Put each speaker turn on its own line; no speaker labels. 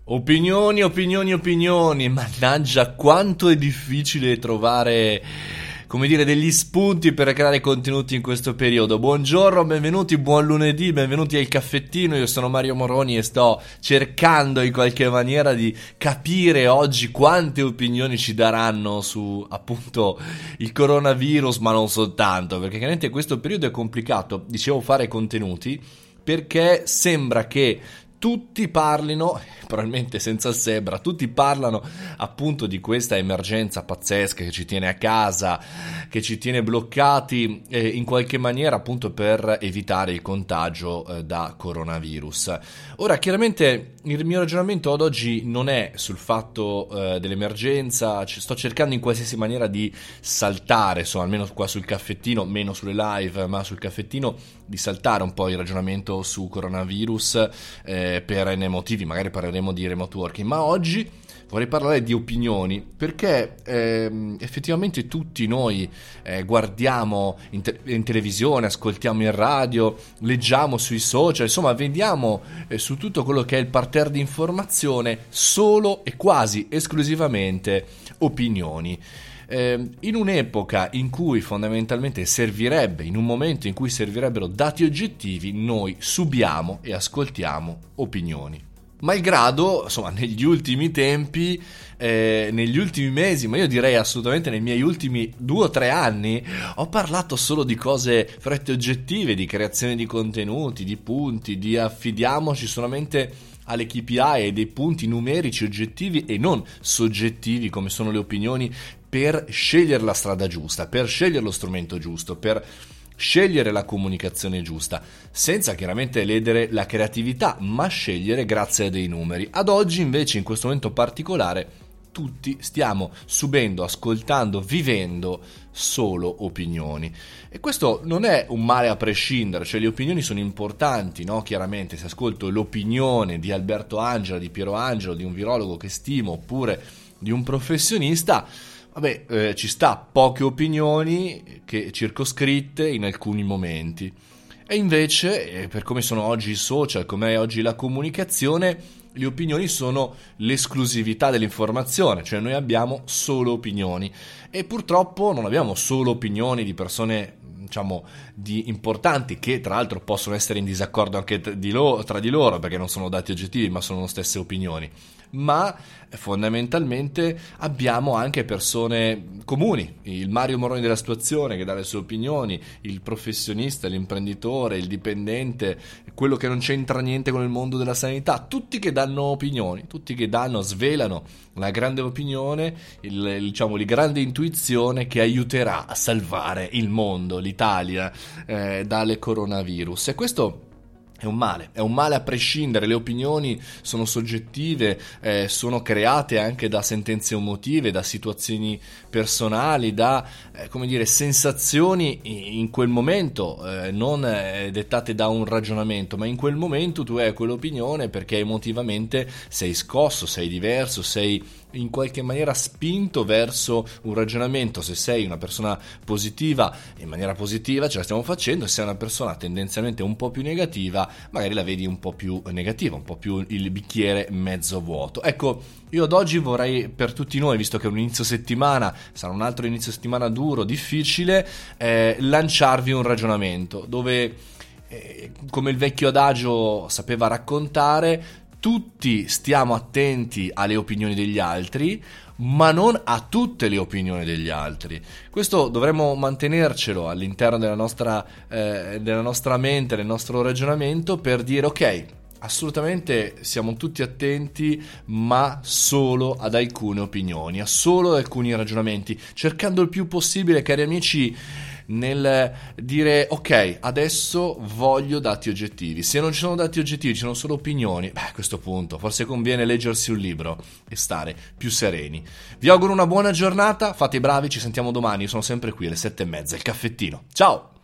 Opinioni, opinioni, opinioni, mannaggia quanto è difficile trovare, come dire, degli spunti per creare contenuti in questo periodo. Buongiorno, benvenuti, buon lunedì, benvenuti al caffettino, io sono Mario Moroni e sto cercando in qualche maniera di capire oggi quante opinioni ci daranno su appunto il coronavirus, ma non soltanto, perché chiaramente questo periodo è complicato, dicevo fare contenuti, perché sembra che tutti parlino, probabilmente senza il Sebra, tutti parlano appunto di questa emergenza pazzesca che ci tiene a casa, che ci tiene bloccati in qualche maniera appunto per evitare il contagio da coronavirus. Ora, chiaramente il mio ragionamento ad oggi non è sul fatto dell'emergenza, sto cercando in qualsiasi maniera di saltare, insomma, almeno qua sul caffettino, meno sulle live, ma sul caffettino, di saltare un po' il ragionamento su coronavirus per N motivi, magari parleremo di remote working, ma oggi vorrei parlare di opinioni perché effettivamente tutti noi guardiamo in televisione, ascoltiamo in radio, leggiamo sui social, insomma vediamo su tutto quello che è il parterre di informazione solo e quasi esclusivamente opinioni. In un'epoca in cui fondamentalmente servirebbe, in un momento in cui servirebbero dati oggettivi, noi subiamo e ascoltiamo opinioni. Malgrado, insomma, negli ultimi tempi, negli ultimi mesi, ma io direi assolutamente nei miei ultimi 2 o 3 anni, ho parlato solo di cose frette oggettive, di creazione di contenuti, di punti, di affidiamoci solamente alle KPI e dei punti numerici oggettivi e non soggettivi come sono le opinioni, per scegliere la strada giusta, per scegliere lo strumento giusto, per scegliere la comunicazione giusta, senza chiaramente ledere la creatività, ma scegliere grazie a dei numeri. Ad oggi invece, in questo momento particolare, tutti stiamo subendo, ascoltando, vivendo solo opinioni. E questo non è un male a prescindere, cioè le opinioni sono importanti, no? Chiaramente se ascolto l'opinione di Alberto Angela, di Piero Angelo, di un virologo che stimo, oppure di un professionista, vabbè, ci sta, poche opinioni che circoscritte in alcuni momenti. E invece, per come sono oggi i social, come è oggi la comunicazione, le opinioni sono l'esclusività dell'informazione, cioè noi abbiamo solo opinioni. E purtroppo non abbiamo solo opinioni di persone, diciamo, di importanti, che tra l'altro possono essere in disaccordo anche tra di loro, perché non sono dati oggettivi, ma sono le stesse opinioni. Ma fondamentalmente abbiamo anche persone comuni, il Mario Moroni della situazione che dà le sue opinioni, il professionista, l'imprenditore, il dipendente, quello che non c'entra niente con il mondo della sanità, tutti che danno opinioni, tutti che svelano la grande opinione, la grande intuizione che aiuterà a salvare il mondo, l'Italia dalle coronavirus. E questo è un male a prescindere. Le opinioni sono soggettive, sono create anche da sentenze emotive, da situazioni personali, da sensazioni in quel momento, non dettate da un ragionamento, ma in quel momento tu hai quell'opinione perché emotivamente sei scosso, sei diverso, sei in qualche maniera spinto verso un ragionamento. Se sei una persona positiva, in maniera positiva ce la stiamo facendo, se sei una persona tendenzialmente un po' più negativa, magari la vedi un po' più negativa, un po' più il bicchiere mezzo vuoto. Ecco, io ad oggi vorrei, per tutti noi, visto che è un inizio settimana, sarà un altro inizio settimana duro, difficile, lanciarvi un ragionamento dove, come il vecchio adagio sapeva raccontare, tutti stiamo attenti alle opinioni degli altri, ma non a tutte le opinioni degli altri. Questo dovremmo mantenercelo all'interno della nostra mente, del nostro ragionamento, per dire ok, assolutamente siamo tutti attenti, ma solo ad alcune opinioni, a solo ad alcuni ragionamenti, cercando il più possibile, cari amici, nel dire ok, adesso voglio dati oggettivi. Se non ci sono dati oggettivi, ci sono solo opinioni, a questo punto forse conviene leggersi un libro e stare più sereni. Vi auguro una buona giornata, fate i bravi, ci sentiamo domani, io sono sempre qui alle 7:30, il caffettino. Ciao!